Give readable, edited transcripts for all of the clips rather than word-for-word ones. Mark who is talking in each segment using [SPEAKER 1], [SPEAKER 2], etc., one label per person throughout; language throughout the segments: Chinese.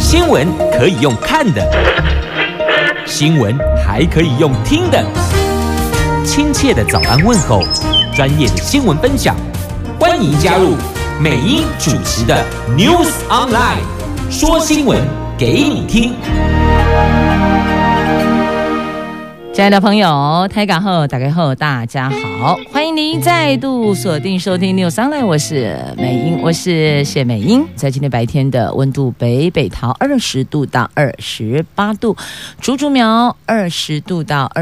[SPEAKER 1] 新闻可以用看的，新闻还可以用听的。亲切的早安问候，专业的新闻分享，欢迎加入美英主持的 News Online， 说新闻给你听。
[SPEAKER 2] 亲爱的朋友，台港后大家好，大家好，欢迎您再度锁定收听 News Online， 我是美英，我是谢美英。在今天白天的温度，北桃20度到28度，竹竹苗20度到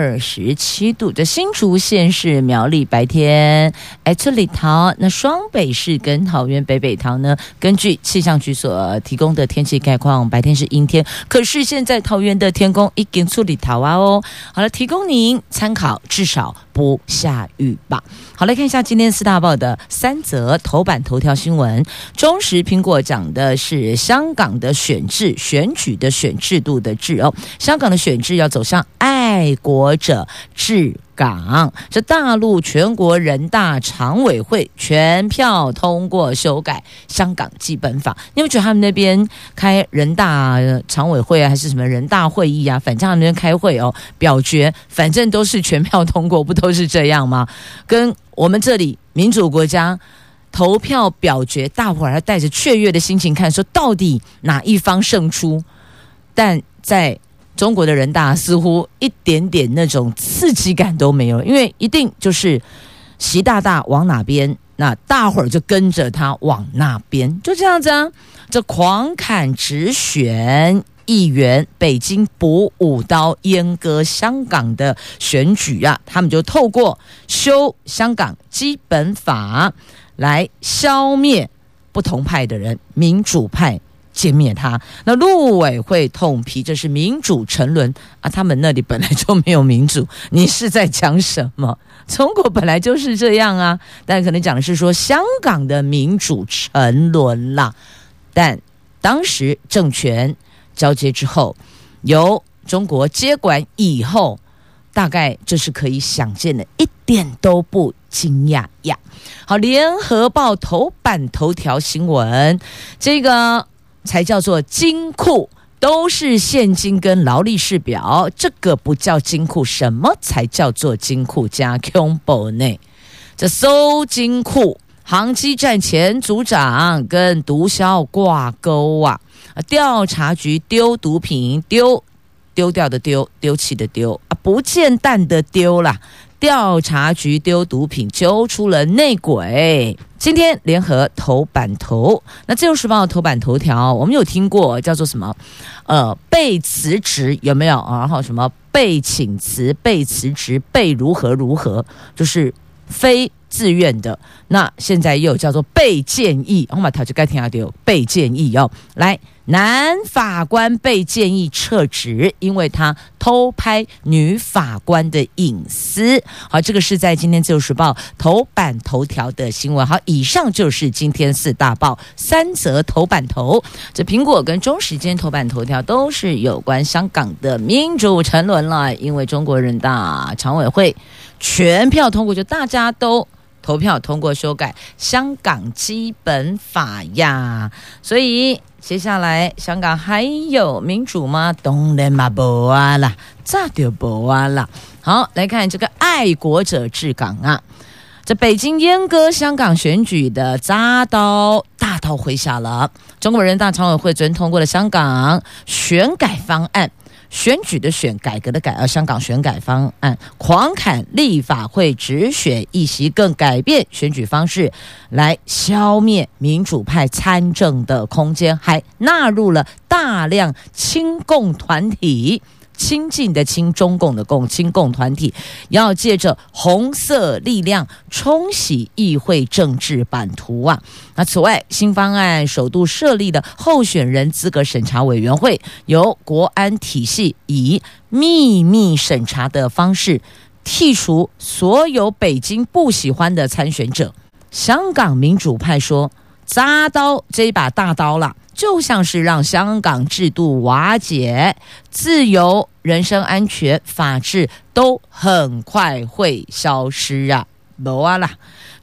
[SPEAKER 2] 27度。这新竹县市苗栗白天，这里桃那双北市跟桃园北桃呢，根据气象局所提供的天气概况，白天是阴天，可是现在桃园的天空已经出里桃啊哦。好了，提供您参考，至少不下雨吧。好，来看一下今天四大报的3则头版头条新闻。中时苹果讲的是香港的选举的选制度的制哦，香港的选制要走向爱国者治港。这大陆全国人大常委会全票通过修改香港基本法。你们觉得他们那边开人大常委会啊，还是什么人大会议啊，反正他们那边开会哦，表决反正都是全票通过，不都是这样吗？跟我们这里民主国家投票表决，大伙儿还带着雀跃的心情看，说到底哪一方胜出。但在中国的人大似乎一点点那种刺激感都没有，因为一定就是习大大往哪边，那大伙儿就跟着他往那边，就这样子啊。这狂砍直选议员，北京补5刀阉割香港的选举啊，他们就透过修香港基本法来消灭不同派的人，民主派歼灭他。那陆委会痛批这是民主沉沦啊，他们那里本来就没有民主，你是在讲什么？中国本来就是这样啊，但可能讲的是说香港的民主沉沦啦。但当时政权交接之后，由中国接管以后，大概这是可以想见的，一点都不惊讶呀。好，联合报头版头条新闻，这个才叫做金库，都是现金跟劳力士表，这个不叫金库，什么才叫做金库？加恐怖呢？这搜金库，航机站前组长跟毒枭挂钩啊！调查局丢毒品，丢掉的丢，丢弃的丢啊，不见弹的丢啦。调查局丢毒品，揪出了内鬼。今天联合头版头，那自由时报头版头条，我们有听过叫做什么？被辞职有没有？然后什么被请辞、被辞职、被如何，就是非自愿的。那现在又有叫做被建议，我们就该听下丢被建议哦。来，男法官被建议撤职，因为他偷拍女法官的隐私。好，这个是在今天自由时报头版头条的新闻。好，以上就是今天四大报3则头版头。这苹果跟中时间头版头条都是有关香港的民主沉沦了，因为中国人大常委会全票通过，就大家都投票通过修改香港基本法呀。所以接下来香港还有民主吗？当然嘛没啊啦，早就没啊啦。好，来看这个爱国者治港啊。这北京阉割香港选举的大刀挥下了，中国人大常委会昨天通过了香港选改方案，选举的选，改革的改，香港选改方案狂砍立法会直选议席，更改变选举方式来消灭民主派参政的空间，还纳入了大量亲共团体，亲近的亲，中共的共，亲共团体要借着红色力量冲洗议会政治版图啊。那此外，新方案首度设立的候选人资格审查委员会，由国安体系以秘密审查的方式剔除所有北京不喜欢的参选者。香港民主派说，扎刀这一把大刀啦，就像是让香港制度瓦解，自由、人身安全、法治都很快会消失啊。没啊啦。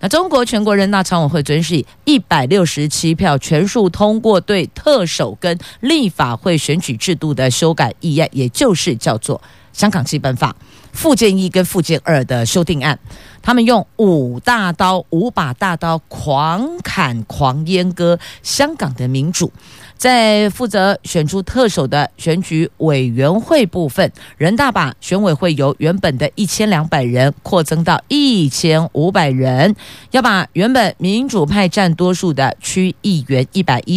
[SPEAKER 2] 那中国全国人大常委会昨天是以167票全数通过对特首跟立法会选举制度的修改议案，也就是叫做香港基本法附件1跟附件2的修订案。他们用5把大刀狂砍狂阉割香港的民主。在负责选出特首的选举委员会部分，人大把选委会由原本的1200人扩增到1500人，要把原本民主派占多数的区议员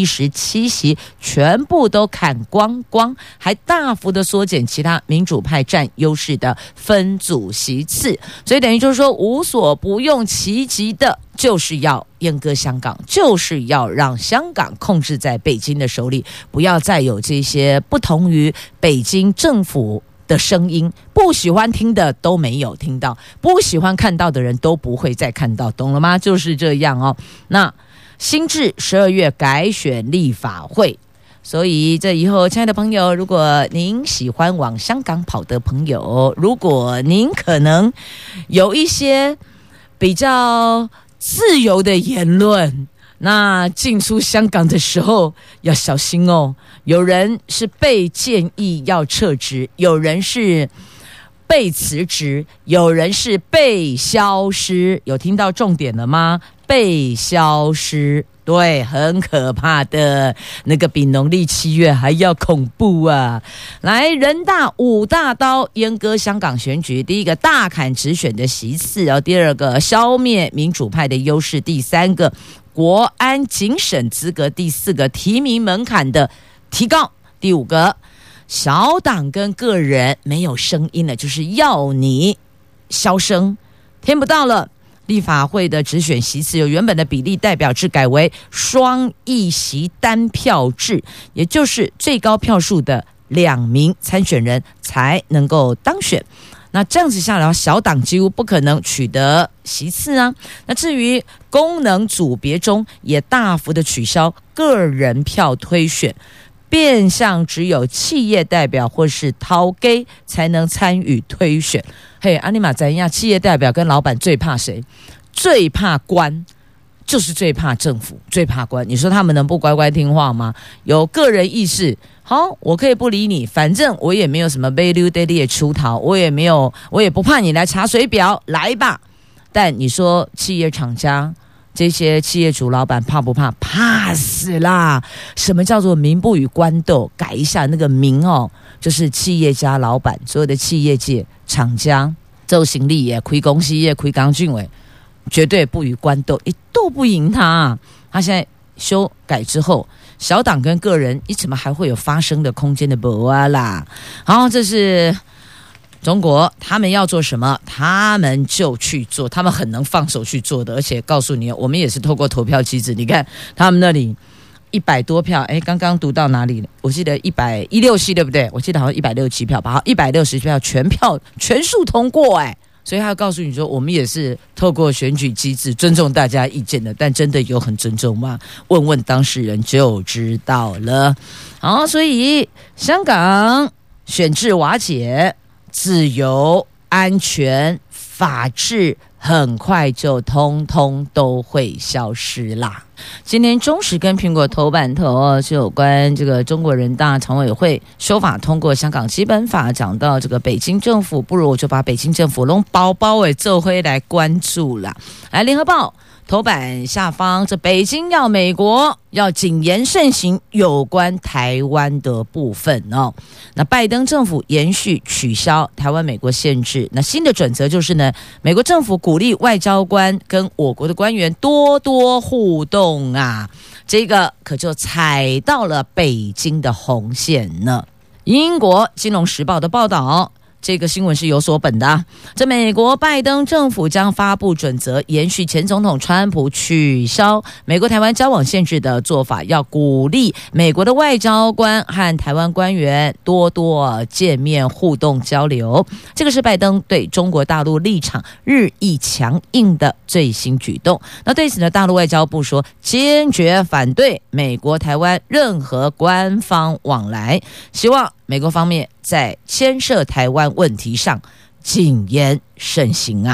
[SPEAKER 2] 117席全部都砍光光，还大幅的缩减其他民主派占优势的分组席次。所以等于就是说无所不用其极的，就是要阉割香港，就是要让香港控制在北京的手里，不要再有这些不同于北京政府的声音，不喜欢听的都没有听到，不喜欢看到的人都不会再看到，懂了吗？就是这样哦。那新制12月改选立法会，所以这以后，亲爱的朋友，如果您喜欢往香港跑的朋友，如果您可能有一些比较自由的言论，那进出香港的时候要小心哦。有人是被建议要撤职，有人是被辞职，有人是被消失。有听到重点了吗？被消失，对，很可怕的，那个比农历7月还要恐怖啊！来，人大5大刀阉割香港选举，第一个大砍直选的席次，然后第二个消灭民主派的优势，第三个国安警审资格，第四个提名门槛的提高，第五个小党跟个人没有声音了，就是要你消声，听不到了。立法会的直选席次由原本的比例代表制改为双议席单票制，也就是最高票数的2名参选人才能够当选。那这样子下来，小党几乎不可能取得席次啊。那至于功能组别中，也大幅的取消个人票推选，变相只有企业代表或是头家才能参与推选。嘿，阿尼玛怎样？企业代表跟老板最怕谁？最怕官，就是最怕政府，最怕官。你说他们能不乖乖听话吗？有个人意识，好，我可以不理你，反正我也没有什么 value daily 的出逃，我也不怕你来查水表，来吧。但你说企业厂家这些企业主老板怕不怕？怕死啦！什么叫做民不与官斗？改一下那个民哦，就是企业家老板，所有的企业界厂家做行李业、开公司业、开钢俊伟，绝对不与官斗，你斗不赢他。他现在修改之后，小党跟个人，你怎么还会有发声的空间的不啊啦？好，这是中国，他们要做什么，他们就去做，他们很能放手去做的。而且告诉你，我们也是透过投票机制，你看他们那里100多票，刚刚读到哪里了？我记得116对不对？我记得好像167票吧，好，160票全数通过，所以他要告诉你说，我们也是透过选举机制尊重大家意见的，但真的有很尊重吗？问问当事人就知道了。好，所以香港选制瓦解，自由、安全、法治很快就通通都会消失啦。今天中时跟苹果头版头是有关这个中国人大常委会修法通过香港基本法，讲到这个北京政府，不如我就把北京政府弄包做回来关注啦。来，联合报头版下方，这北京要美国要谨言慎行有关台湾的部分哦。那拜登政府延续取消台湾美国限制，那新的准则就是呢，美国政府鼓励外交官跟我国的官员多多互动啊，这个可就踩到了北京的红线呢。英国金融时报的报道，这个新闻是有所本的，这美国拜登政府将发布准则，延续前总统川普取消美国台湾交往限制的做法，要鼓励美国的外交官和台湾官员多多见面互动交流。这个是拜登对中国大陆立场日益强硬的最新举动。那对此呢，大陆外交部说坚决反对美国台湾任何官方往来，希望美国方面在牵涉台湾问题上谨言慎行啊。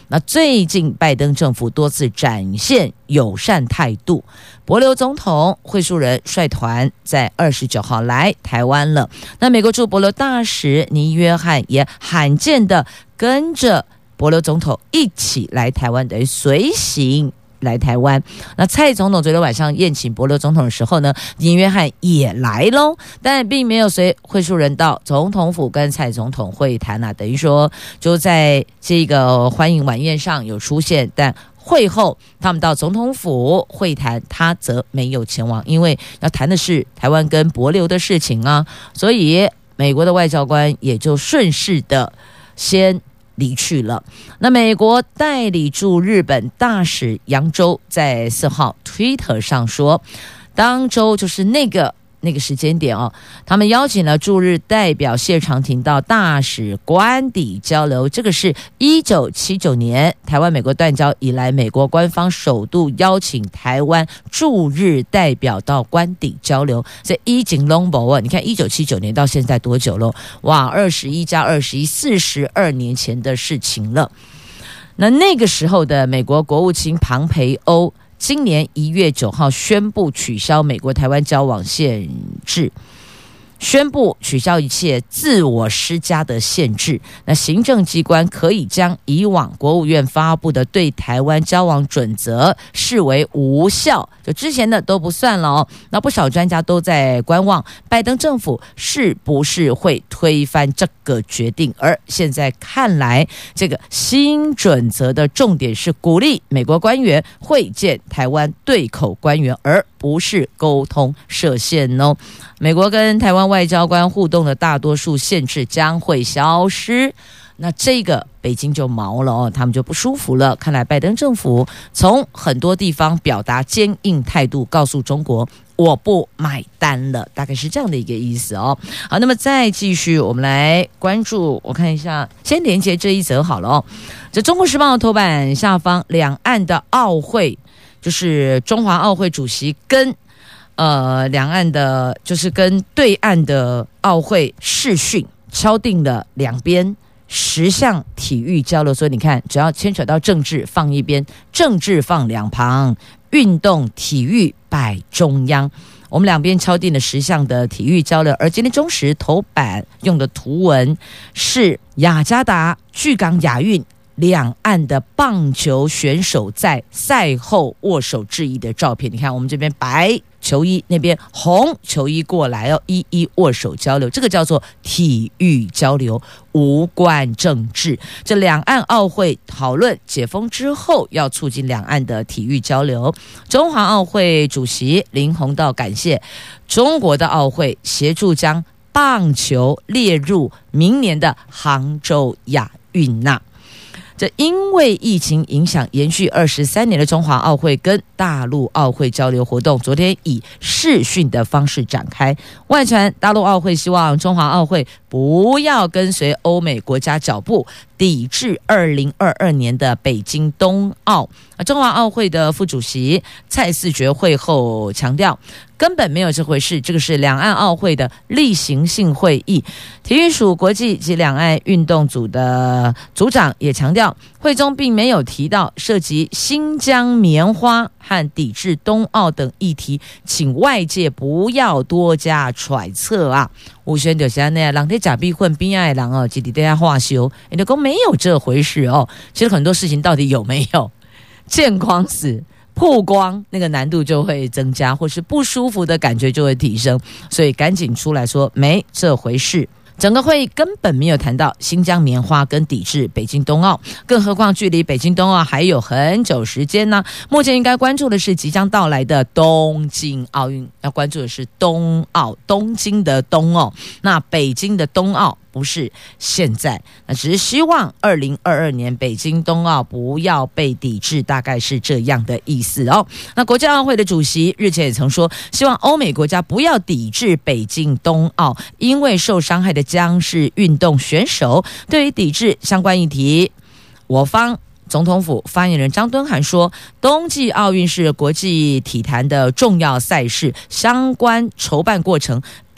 [SPEAKER 2] 那最近拜登政府多次展现友善态度，帛琉总统会述人率团在29号来台湾了。那美国驻帛琉大使尼约翰也罕见的跟着帛琉总统一起来台湾，等于随行来台湾。那蔡总统昨天晚上宴请帛琉总统的时候呢，尼约翰也来咯，但并没有随会述人到总统府跟蔡总统会谈啊，等于说就在这个欢迎晚宴上有出现，但会后他们到总统府会谈，他则没有前往，因为要谈的是台湾跟帛琉的事情啊，所以美国的外交官也就顺势的先离去了。那美国代理驻日本大使杨周在4号 Twitter 上说，当周就是那个时间点哦，他们邀请了驻日代表谢长廷到大使官邸交流。这个是1979年台湾美国断交以来，美国官方首度邀请台湾驻日代表到官邸交流。这一景龙博啊，你看1979年到现在多久了？哇，21加21 42年前的事情了。那个时候的美国国务卿庞培欧今年1月9号宣布取消美国台湾交往限制，宣布取消一切自我施加的限制。那行政机关可以将以往国务院发布的对台湾交往准则视为无效，就之前的都不算了哦。那不少专家都在观望拜登政府是不是会推翻这个决定，而现在看来，这个新准则的重点是鼓励美国官员会见台湾对口官员，而不是沟通设限哦。美国跟台湾外交官互动的大多数限制将会消失，那这个北京就毛了哦，他们就不舒服了。看来拜登政府从很多地方表达坚硬态度，告诉中国我不买单了，大概是这样的一个意思哦。好，那么再继续，我们来关注，我看一下，先连接这一则好了哦。这《中国时报》头版下方，两岸的奥会，就是中华奥会主席跟两岸的，就是跟对岸的奥会视讯敲定了两边10项体育交流。所以你看，只要牵扯到政治放一边，政治放两旁，运动体育摆中央。我们两边敲定了10项的体育交流，而今天中时头版用的图文是雅加达巨港亚运两岸的棒球选手在赛后握手致意的照片。你看我们这边白球衣，那边红球衣过来哦，一一握手交流，这个叫做体育交流，无关政治。这两岸奥会讨论解封之后要促进两岸的体育交流。中华奥会主席林鸿道感谢中国的奥会协助将棒球列入明年的杭州亚运呐。这因为疫情影响，延续23年的中华奥会跟大陆奥会交流活动，昨天以视讯的方式展开。外传大陆奥会希望中华奥会不要跟随欧美国家脚步，抵制2022年的北京冬奥。中华奥会的副主席蔡四觉会后强调，根本没有这回事，这个是两岸奥会的例行性会议。体育署国际及两岸运动组的组长也强调，会中并没有提到涉及新疆棉花和抵制冬奥等议题，请外界不要多加揣测啊。吴轩就是那样，人在假币混边爱人哦，集体对他化修，你的公没有这回事哦。其实很多事情到底有没有，见光死。曝光那个难度就会增加，或是不舒服的感觉就会提升，所以赶紧出来说没这回事。整个会议根本没有谈到新疆棉花跟抵制北京冬奥，更何况距离北京冬奥还有很久时间呢。目前应该关注的是即将到来的东京奥运，要关注的是冬奥，东京的冬奥，那北京的冬奥不是现在，那只是希望2022年北京冬奥不要被抵制，大概是这样的意思哦。那国际奥会的主席日前也曾说，希望欧美国家不要抵制北京冬奥，因为受伤害的将是运动选手。对于抵制相关议题，我方总统府发言人张敦涵说，冬季奥运是国际体坛的重要赛事，相关筹办过程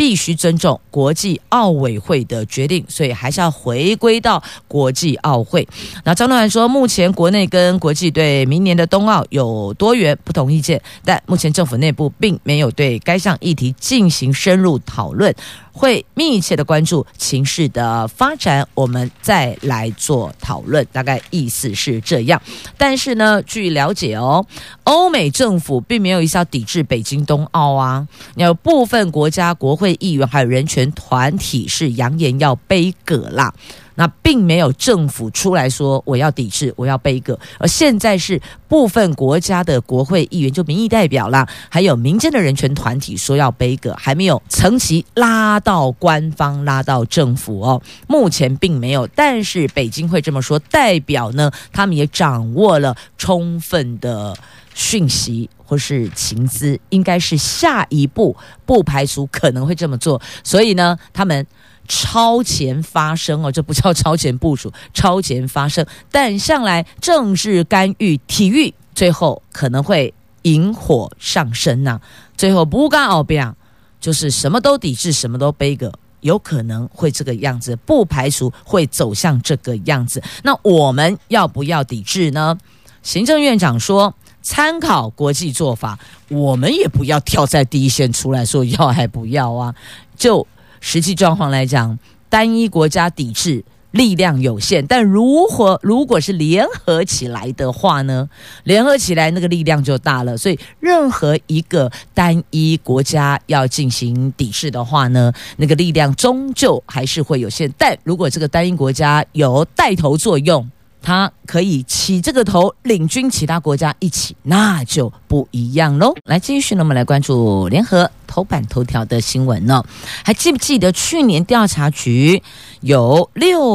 [SPEAKER 2] 必须尊重国际奥委会的决定，所以还是要回归到国际奥会。那张东涵说，目前国内跟国际对明年的冬奥有多元不同意见，但目前政府内部并没有对该项议题进行深入讨论，会密切的关注情势的发展，我们再来做讨论，大概意思是这样。但是呢，据了解欧美政府并没有一下抵制北京冬奥啊，有部分国家国会议员还有人权团体是扬言要杯葛啦，那并没有政府出来说我要抵制，我要杯葛，而现在是部分国家的国会议员，就民意代表啦，还有民间的人权团体说要杯葛，还没有层级拉到官方，拉到政府目前并没有。但是北京会这么说，代表呢，他们也掌握了充分的讯息或是情资，应该是下一步不排除可能会这么做，所以呢，他们超前发声这不叫超前部署，超前发声。但向来政治干预体育，最后可能会引火上身啊，最后不干奥变，就是什么都抵制，什么都杯葛，有可能会这个样子，不排除会走向这个样子。那我们要不要抵制呢？行政院长说，参考国际做法，我们也不要跳在第一线出来说要还不要啊。就实际状况来讲，单一国家抵制力量有限，但如果是联合起来的话呢，联合起来那个力量就大了。所以任何一个单一国家要进行抵制的话呢，那个力量终究还是会有限。但如果这个单一国家有带头作用，他可以起这个头，领军其他国家一起，那就不一样咯。来，继续呢，我们来关注联合头版头条的新闻呢。还记不记得去年调查局有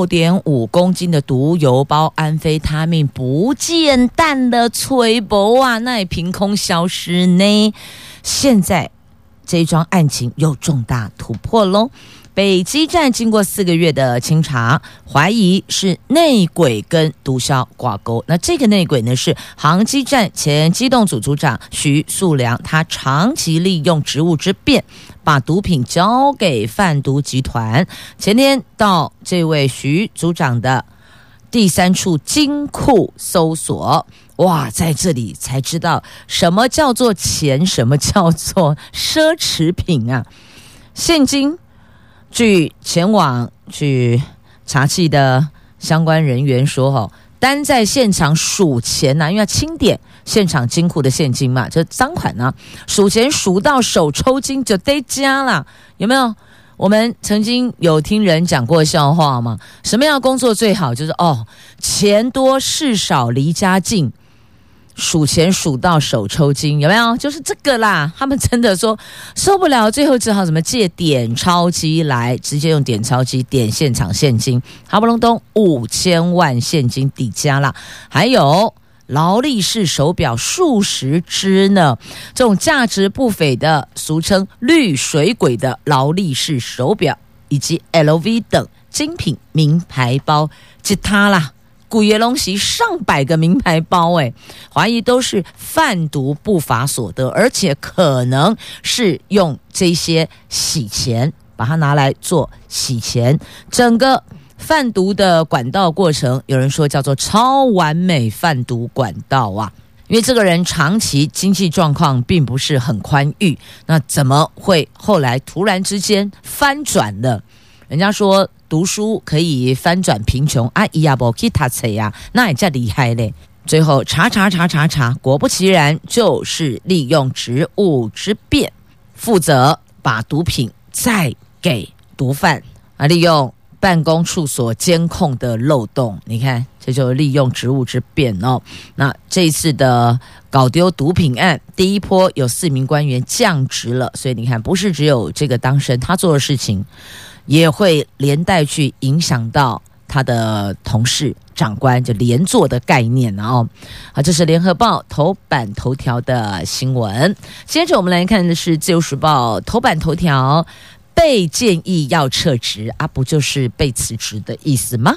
[SPEAKER 2] 6.5 公斤的毒油包安非他命不见弹的吹薄啊，那也凭空消失呢？现在这一桩案情又重大突破咯。北基站经过4个月的清查，怀疑是内鬼跟毒枭挂钩。那这个内鬼呢，是航基站前机动组组长徐素良，他长期利用职务之便，把毒品交给贩毒集团。前天到这位徐组长的第3处金库搜索，哇，在这里才知道什么叫做钱，什么叫做奢侈品啊！现金。据前往去查缉的相关人员说，单在现场数钱因为要清点现场金库的现金嘛，这赃款啊，数钱数到手抽筋就得加啦，有没有？我们曾经有听人讲过笑话吗？什么样的工作最好？就是钱多事少离家近，数钱数到手抽筋，有没有？就是这个啦。他们真的说受不了，最后只好借点钞机来，直接用点钞机点现场现金，哈不隆咚5000万现金抵加啦。还有劳力士手表数十只呢，这种价值不菲的，俗称绿水鬼的劳力士手表，以及 LV 等精品名牌包，吉他啦。古耶龙席上百个名牌包，怀疑都是贩毒不法所得，而且可能是用这些洗钱，把它拿来做洗钱。整个贩毒的管道过程，有人说叫做超完美贩毒管道啊，因为这个人长期经济状况并不是很宽裕，那怎么会后来突然之间翻转了？人家说读书可以翻转贫穷啊，伊也没去读册呀，那也叫厉害嘞。最后查，果不其然，就是利用职务之便，负责把毒品再给毒贩啊，利用办公处所监控的漏洞，你看这就利用职务之便哦。那这一次的搞丢毒品案，第一波有4名官员降职了，所以你看，不是只有这个当事人他做的事情，也会连带去影响到他的同事长官，就连坐的概念好，这是联合报头版头条的新闻。接着我们来看的是自由时报头版头条，被建议要撤职啊，不就是被辞职的意思吗？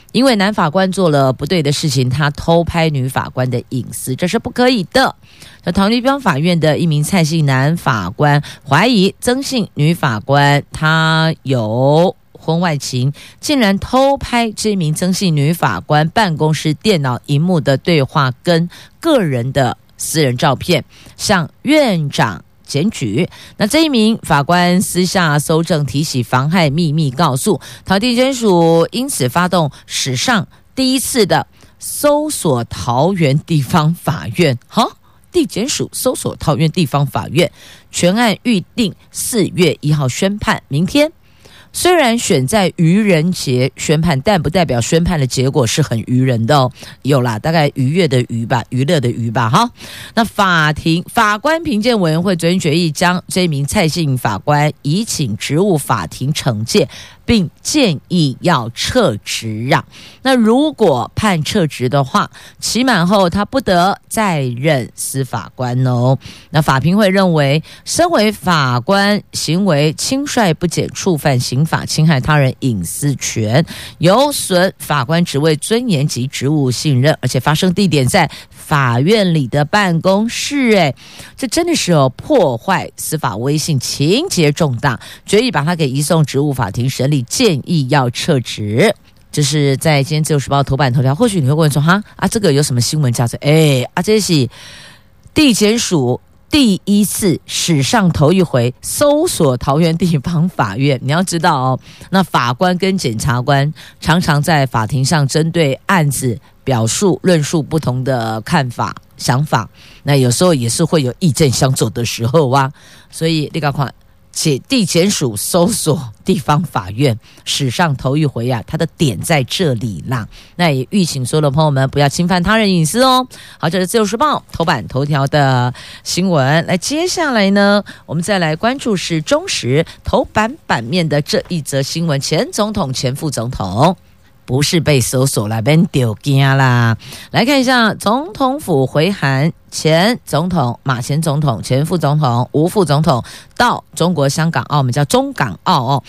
[SPEAKER 2] 因为男法官做了不对的事情，他偷拍女法官的隐私，这是不可以的。桃园地方法院的一名蔡姓男法官怀疑曾姓女法官她有婚外情，竟然偷拍这名曾姓女法官办公室电脑荧幕的对话跟个人的私人照片，向院长检举。那这一名法官私下搜证提起妨害秘密告诉，桃地检署因此发动史上第一次的搜索桃园地方法院。地检署搜索桃园地方法院，全案预定4月1号宣判，明天。虽然选在愚人节宣判，但不代表宣判的结果是很愚人的哦。有啦，大概愉悦的愉吧，娱乐的娱吧哈。那法官评鉴委员会昨天决议，将这名蔡姓法官移请职务法庭惩戒，并建议要撤职啊。那如果判撤职的话，期满后他不得再任司法官哦。那法评会认为，身为法官行为轻率不检，触犯刑法，侵害他人隐私权，有损法官职位尊严及职务信任，而且发生地点在法院里的办公室，这真的是破坏司法威信，情节重大，决议把他给移送职务法庭审理，建议要撤职。这是在今天自由时报头版头条。或许你会问说，这个有什么新闻价值？这是地检署第一次史上头一回搜索桃园地方法院。你要知道那法官跟检察官常常在法庭上针对案子论述不同的看法想法，那有时候也是会有意见相左的时候啊。所以你看地检署搜索地方法院史上头一回啊，它的点在这里啦。那也预请所有的朋友们不要侵犯他人隐私哦。好，这是自由时报头版头条的新闻。来，接下来呢，我们再来关注是中时头版版面的这一则新闻：前总统、前副总统不是被搜索了，被丢惊啦。来看一下总统府回函，前总统、前总统、前副总统、吴副总统到中国香港澳门叫中港澳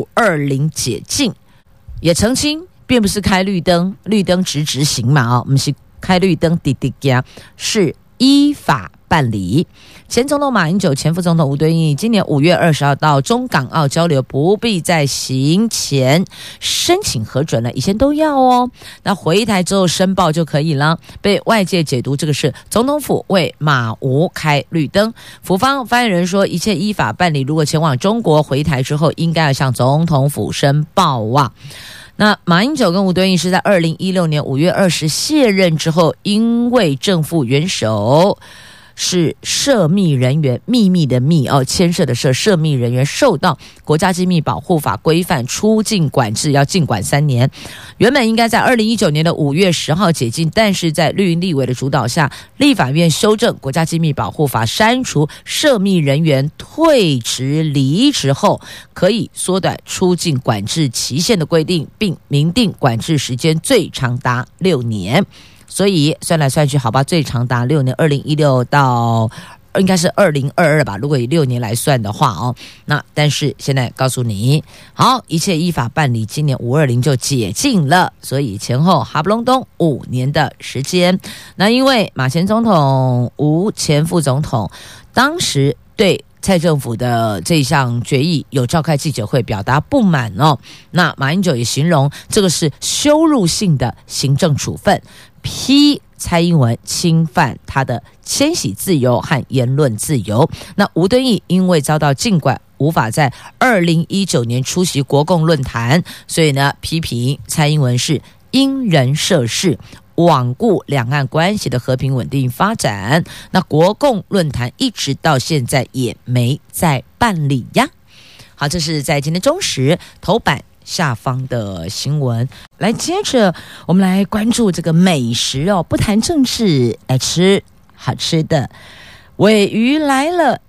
[SPEAKER 2] 520解禁，也澄清并不是开绿灯直行嘛不是开绿灯滴滴呀，是依法办理。前总统马英九、前副总统吴敦义今年5月20号到中港澳交流，不必在行前申请核准了，以前都要哦。那回台之后申报就可以了。被外界解读这个是总统府为马吴开绿灯，府方发言人说一切依法办理，如果前往中国回台之后，应该要向总统府申报啊。那马英九跟吴敦义是在2016年5月20卸任之后，因为正副元首是涉密人员，秘密的密牵涉的涉密人员受到国家机密保护法规范出境管制，要禁管3年。原本应该在2019年的5月10号解禁，但是在绿营立委的主导下，立法院修正国家机密保护法，删除涉密人员退职离职后可以缩短出境管制期限的规定，并明定管制时间最长达6年。所以算来算去，好吧，最长达6年，2016到应该是2022吧，如果以6年来算的话那但是现在告诉你，好，一切依法办理，今年520就解禁了，所以前后哈不隆咚5年的时间。那因为马前总统、吴前副总统当时对蔡政府的这项决议有召开记者会表达不满那马英九也形容这个是羞辱性的行政处分，批蔡英文侵犯他的迁徙自由和言论自由。那吴敦义因为遭到禁管，无法在2019年出席国共论坛，所以呢批评蔡英文是因人设事，罔顾两岸关系的和平稳定发展。那国共论坛一直到现在也没再办理呀。好，这是在今天中时头版下方的新闻。来，接着我们来关注这个美食不谈政治，来吃好吃的。鲔鱼来了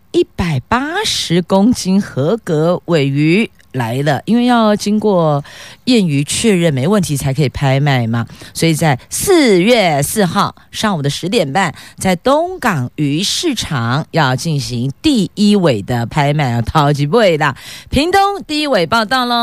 [SPEAKER 2] ，180公斤合格鲔鱼来了，因为要经过验鱼确认没问题才可以拍卖嘛，所以在4月4号上午的10点半，在东港鱼市场要进行第一尾的拍卖超级贵的。屏东第一尾报道咯，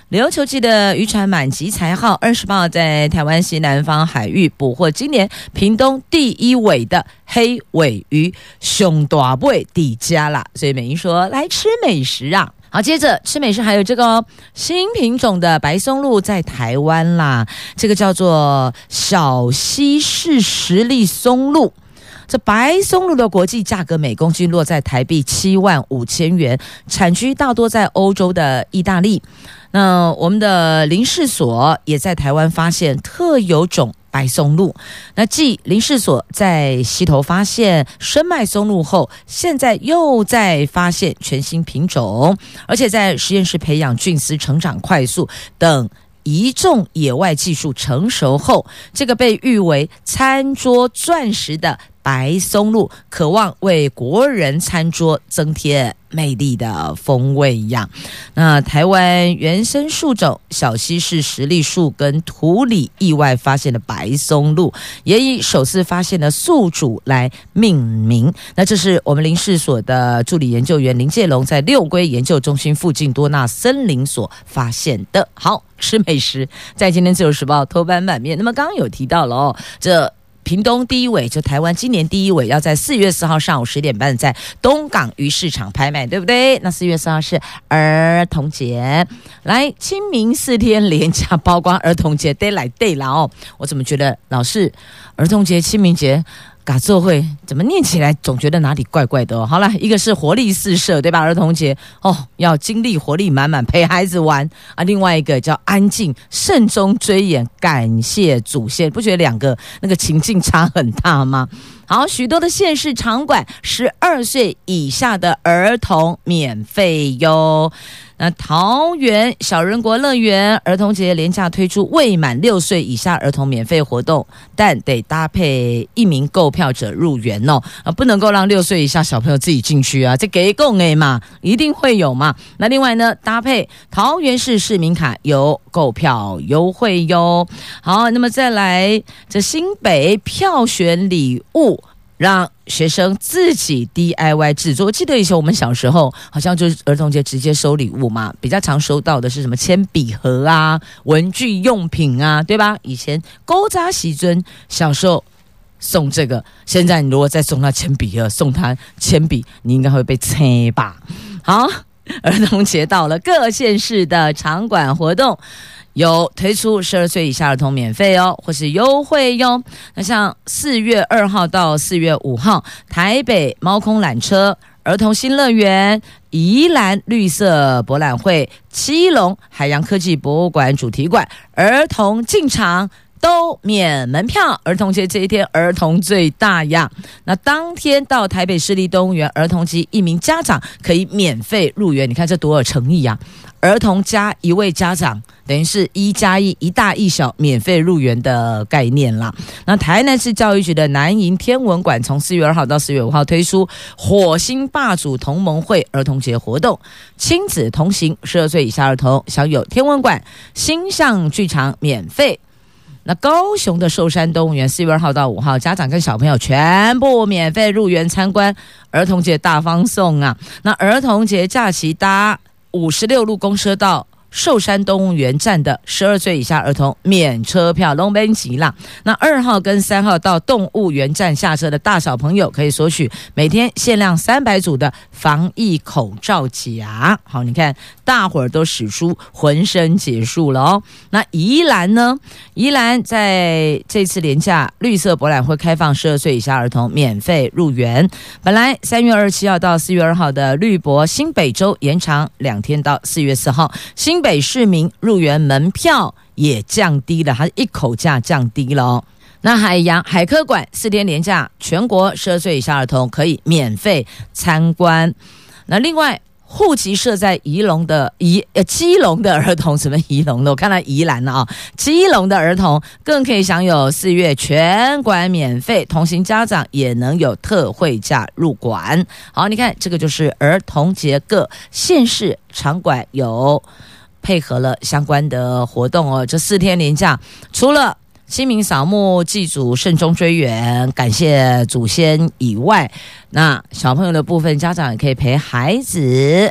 [SPEAKER 2] 琉球级的渔船满级财号28号在台湾西南方海域捕获今年屏东第一尾的黑尾鱼，熊大尾底加啦，所以美英说来吃美食啊。好，接着吃美食还有这个新品种的白松露在台湾啦，这个叫做小西式实力松露。这白松露的国际价格每公斤落在台币75000元，产区大多在欧洲的意大利。那我们的林试所也在台湾发现特有种白松露，那继林试所在溪头发现深脉松露后，现在又在发现全新品种，而且在实验室培养菌丝成长快速等移种野外技术成熟后，这个被誉为餐桌钻石的白松露，渴望为国人餐桌增添美丽的风味样。那台湾原生树种小西式实力树跟土里意外发现的白松露，也以首次发现的宿主来命名。那这是我们林试所的助理研究员林介龙在六龟研究中心附近多纳森林所发现的。好，吃美食在今天自由时报头版版面。那么刚刚有提到了哦，这屏东第一尾，就台湾今年第一尾，要在4月4号上午10点半在东港鱼市场拍卖，对不对？那4月4号是儿童节，来清明4天连假，包括儿童节 day 啦哦。我怎么觉得老是儿童节、清明节嘎做会怎么念起来总觉得哪里怪怪的哦。好了，一个是活力四射，对吧？儿童节哦，要精力活力满满陪孩子玩啊，另外一个叫安静慎终追远感谢祖先，不觉得两个那个情境差很大吗？好，许多的县市场馆12岁以下的儿童免费哟。那桃园小人国乐园儿童节连假推出未满6岁以下儿童免费活动，但得搭配1名购票者入园哦，不能够让6岁以下小朋友自己进去啊，这给供哎嘛，一定会有嘛。那另外呢，搭配桃园市市民卡有购票优惠哟。好，那么再来这新北票选礼物，让学生自己 DIY 制作。我记得以前我们小时候好像就是儿童节直接收礼物嘛，比较常收到的是什么铅笔盒啊、文具用品啊，对吧？以前勾扎喜尊小时候送这个，现在你如果再送他铅笔盒、送他铅笔，你应该会被切吧。好，儿童节到了，各县市的场馆活动有推出12岁以下儿童免费哦，或是优惠哟。那像4月2号到4月5号，台北猫空缆车、儿童新乐园、宜兰绿色博览会、基隆海洋科技博物馆主题馆，儿童进场都免门票。儿童节这一天儿童最大呀。那当天到台北市立动物园儿童及1名家长可以免费入园，你看这多有诚意啊，儿童加1位家长等于是1+1，一大一小免费入园的概念啦。那台南市教育局的南营天文馆从4月2号到4月5号推出火星霸主同盟会儿童节活动，亲子同行，12岁以下儿童享有天文馆、星象剧场免费。那高雄的寿山动物园4月2号到5号，家长跟小朋友全部免费入园参观，儿童节大放送啊！那儿童节假期搭56路公车到寿山动物园站的12岁以下儿童免车票拢免钱啦。那2号跟3号到动物园站下车的大小朋友可以索取每天限量300组的防疫口罩夹。好，你看大伙儿都使出浑身解数了哦。那宜兰呢？宜兰在这次连假绿色博览会开放12岁以下儿童免费入园。本来3月27号到4月2号的绿博新北州延长2天到4月4号，新北市民入园门票也降低了，它一口价降低了哦。那海科馆4天连假，全国12岁以下儿童可以免费参观。那另外户籍设在基隆的儿童，什么宜隆的？我看到宜兰了啊，基隆的儿童更可以享有4月全馆免费，同行家长也能有特惠价入馆。好，你看这个就是儿童节各县市场馆有配合了相关的活动哦。这4天连假，除了清明扫墓祭祖慎终追远感谢祖先以外，那小朋友的部分家长也可以陪孩子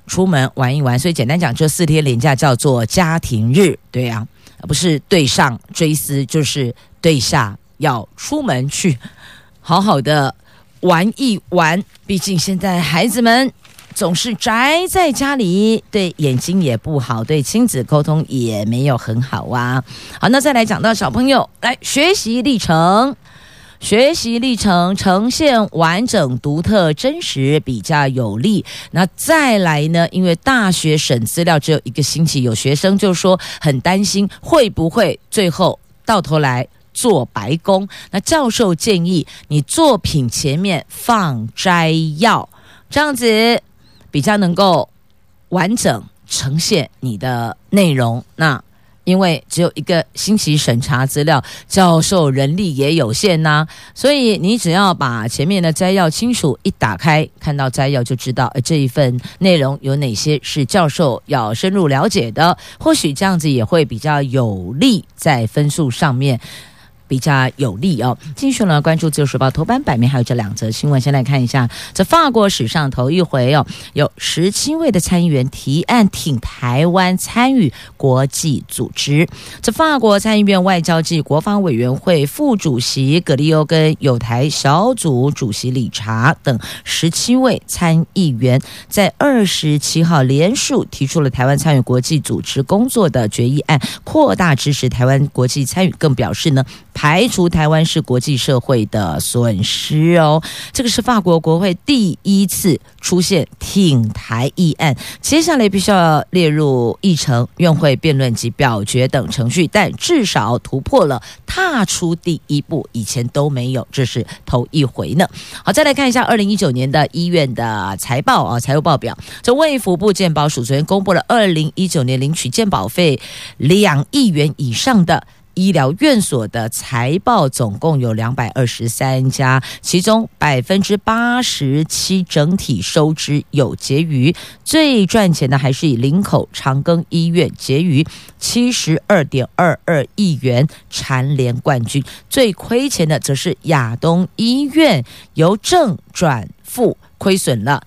[SPEAKER 2] 出门玩一玩。所以简单讲，这4天连假叫做家庭日，对啊，不是对上追思，就是对下要出门去好好的玩一玩。毕竟现在孩子们总是宅在家里，对眼睛也不好，对亲子沟通也没有很好啊。好，那再来讲到小朋友来学习历程。学习历程呈现完整、独特、真实，比较有利。那再来呢？因为大学审资料只有1个星期，有学生就说很担心会不会最后到头来做白工。那教授建议你作品前面放摘要，这样子比较能够完整呈现你的内容。那因为只有1个星期审查资料，教授人力也有限呐，所以你只要把前面的摘要清楚一打开，看到摘要就知道这一份内容有哪些是教授要深入了解的，或许这样子也会比较有利在分数上面。比较有利哦。继续呢，关注自由时报头版版面还有这2则新闻，先来看一下，这法国史上头一回哦，有17位的参议员提案挺台湾参与国际组织。这法国参议院外交暨国防委员会副主席葛利欧跟友台小组主席理查等17位参议员，在27号联署提出了台湾参与国际组织工作的决议案，扩大支持台湾国际参与，更表示呢，排除台湾是国际社会的损失哦。这个是法国国会第1次出现挺台议案，接下来必须要列入议程、院会辩论及表决等程序，但至少突破了踏出第1步，以前都没有，这是头一回呢。好，再来看一下2019年的医院的财报啊，财务报表。这卫福部健保署昨天公布了2019年领取健保费2亿元以上的医疗院所的财报，总共有223家，其中87%整体收支有结余，最赚钱的还是以林口长庚医院结余72.22亿元蝉联冠军，最亏钱的则是亚东医院，由正转负亏损了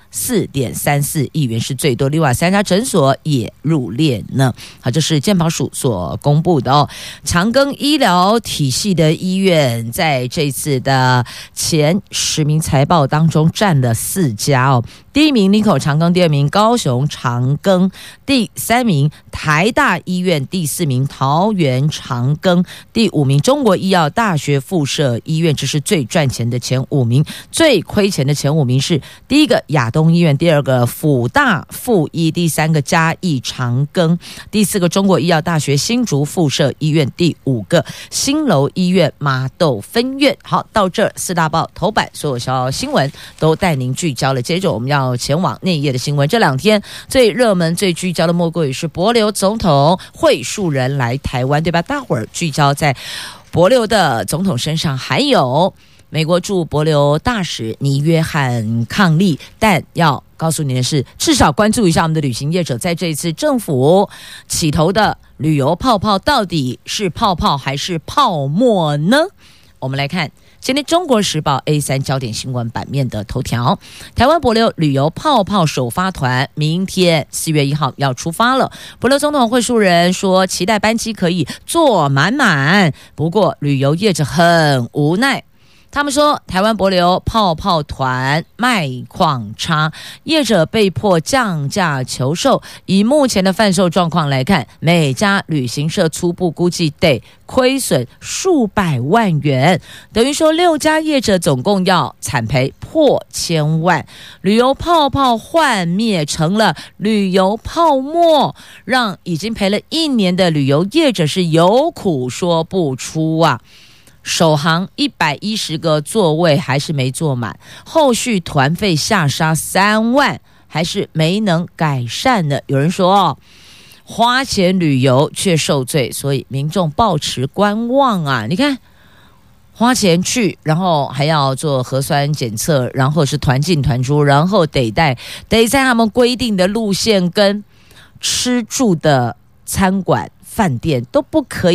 [SPEAKER 2] 4.34亿元是最多，另外3家诊所也入列呢。好，这是健保署所公布的哦。长庚医疗体系的医院在这次的前10名财报当中占了4家哦。第1名林口长庚，第2名高雄长庚，第3名台大医院，第4名桃园长庚，第5名中国医药大学附设医院，这是最赚钱的前5名。最亏钱的前5名是第1个亚东医院，第2个辅大附医，第3个嘉义长庚，第4个中国医药大学新竹附设医院，第5个新楼医院麻豆分院。好，到这4大报头版所有新闻都带您聚焦了。接着我们要前往内页的新闻，这2天最热门最聚焦的莫过于是帛琉总统会数人来台湾，对吧？大伙儿聚焦在帛琉的总统身上，还有美国驻帛琉大使尼约翰伉俪，但要告诉你的是，至少关注一下我们的旅行业者在这一次政府起头的旅游泡泡到底是泡泡还是泡沫呢？我们来看今天中国时报 A3 焦点新闻版面的头条，台湾帛琉旅游泡泡首发团明天4月1号要出发了。帛琉总统会述人说，期待班机可以坐满满，不过旅游业者很无奈，他们说台湾帛琉泡泡团卖况差，业者被迫降价求售。以目前的贩售状况来看，每家旅行社初步估计得亏损数百万元，等于说6家业者总共要惨赔破千万。旅游泡泡幻灭成了旅游泡沫，让已经赔了1年的旅游业者是有苦说不出啊。首航110个座位还是没坐满，后续团费下杀3万还是没能改善的。有人说花钱旅游却受罪，所以民众抱持观望啊。你看花钱去，然后还要做核酸检测，然后是团进团出，然后得在他们规定的路线跟吃住的餐馆饭店都不可以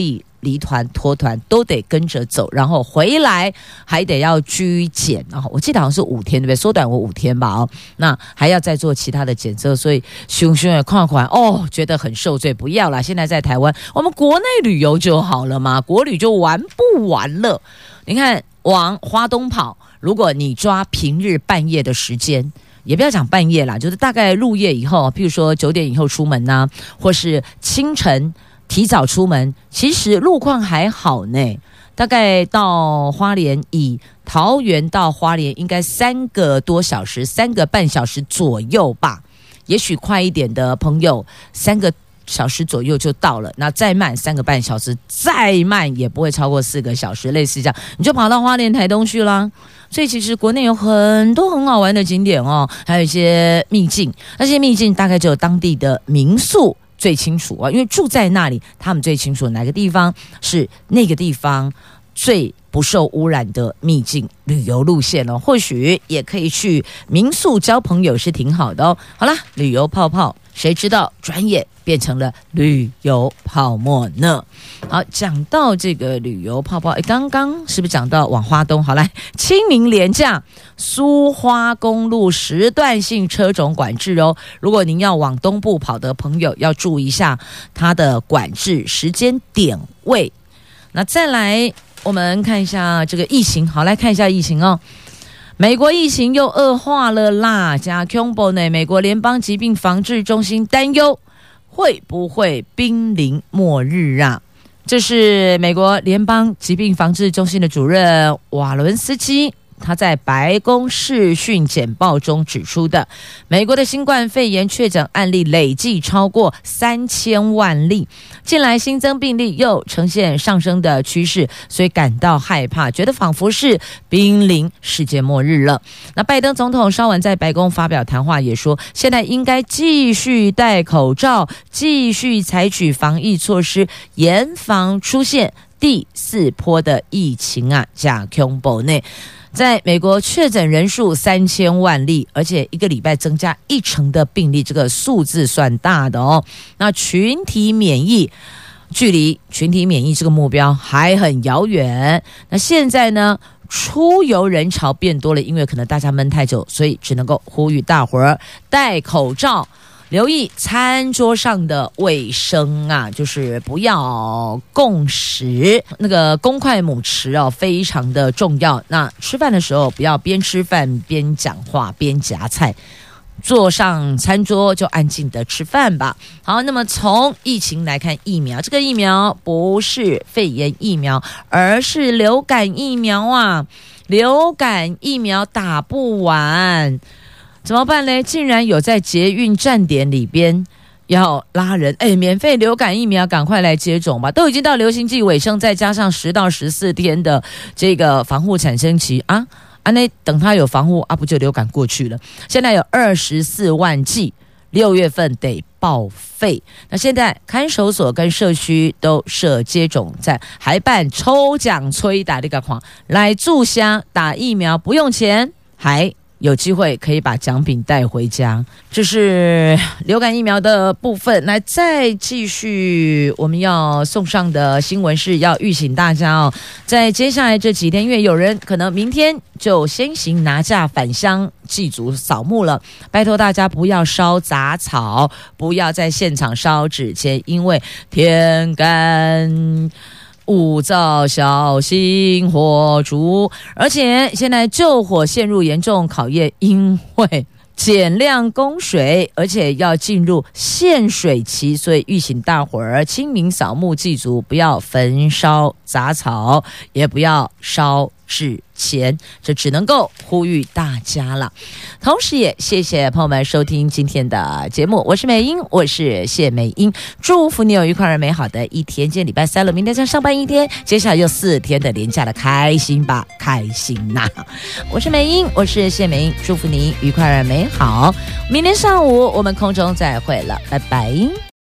[SPEAKER 2] 离团脱团都得跟着走，然后回来还得要居检，然后我记得好像是5天，对不对？缩短我5天吧哦，那还要再做其他的检测，所以熊熊也看款哦，觉得很受罪，不要啦！现在在台湾，我们国内旅游就好了嘛，国旅就玩不完了。你看往花东跑，如果你抓平日半夜的时间。也不要讲半夜啦，就是大概入夜以后，譬如说9点以后出门啊，或是清晨提早出门，其实路况还好呢。大概到花莲，以桃园到花莲应该3个多小时，3个半小时左右吧。也许快一点的朋友，3个小时左右就到了，那再慢3个半小时，再慢也不会超过4个小时，类似这样，你就跑到花莲台东去啦。所以其实国内有很多很好玩的景点哦，还有一些秘境，那些秘境大概只有当地的民宿最清楚啊，因为住在那里，他们最清楚哪个地方是那个地方最不受污染的秘境旅游路线哦，或许也可以去民宿交朋友是挺好的哦。好啦，旅游泡泡，谁知道转眼变成了旅游泡沫呢？好，讲到这个旅游泡泡，刚刚是不是讲到往花东？好来，清明连假，苏花公路时段性车种管制哦。如果您要往东部跑的朋友，要注意一下它的管制时间点位。那再来，我们看一下这个疫情。好，来看一下疫情哦。美国疫情又恶化了啦，加恐怖呢。美国联邦疾病防治中心担忧会不会濒临末日啊？这是美国联邦疾病防治中心的主任瓦伦斯基他在白宫视讯简报中指出的，美国的新冠肺炎确诊案例累计超过3000万例，近来新增病例又呈现上升的趋势，所以感到害怕，觉得仿佛是濒临世界末日了。那拜登总统稍晚在白宫发表谈话也说，现在应该继续戴口罩，继续采取防疫措施，严防出现第4波的疫情啊，加恐怖呢。在美国确诊人数3000万例，而且一个礼拜增加1成的病例，这个数字算大的哦。那群体免疫距离群体免疫这个目标还很遥远。那现在呢，出游人潮变多了，因为可能大家闷太久，所以只能够呼吁大伙儿戴口罩。留意餐桌上的卫生啊，就是不要共食，那个公筷母匙哦，非常的重要。那吃饭的时候不要边吃饭边讲话边夹菜，坐上餐桌就安静的吃饭吧。好，那么从疫情来看，疫苗这个疫苗不是肺炎疫苗，而是流感疫苗啊，流感疫苗打不完。怎么办呢？竟然有在捷运站点里边要拉人，免费流感疫苗赶快来接种吧，都已经到流行季尾声，再加上10到14天的这个防护产生期啊，那等它有防护啊，不就流感过去了。现在有24万剂，6月份得报废。那现在看守所跟社区都设接种站，还办抽奖催打这个款来注销打疫苗，不用钱，还有机会可以把奖品带回家。这是流感疫苗的部分。来，再继续我们要送上的新闻是要预请大家哦，在接下来这几天，因为有人可能明天就先行拿假返乡祭祖扫墓了，拜托大家不要烧杂草，不要在现场烧纸钱，因为天干勿造小心火烛，而且现在救火陷入严重考验，因为减量供水，而且要进入限水期，所以预请大伙儿清明扫墓祭祖，不要焚烧杂草，也不要烧纸钱，这只能够呼吁大家了。同时也谢谢朋友们收听今天的节目，我是美英，我是谢美英，祝福你有愉快而美好的一天。今天礼拜3了，明天将上班一天，接下来又4天的连假了，开心吧，开心呐！我是美英，我是谢美英，祝福你愉快而美好。明天上午我们空中再会了，拜拜。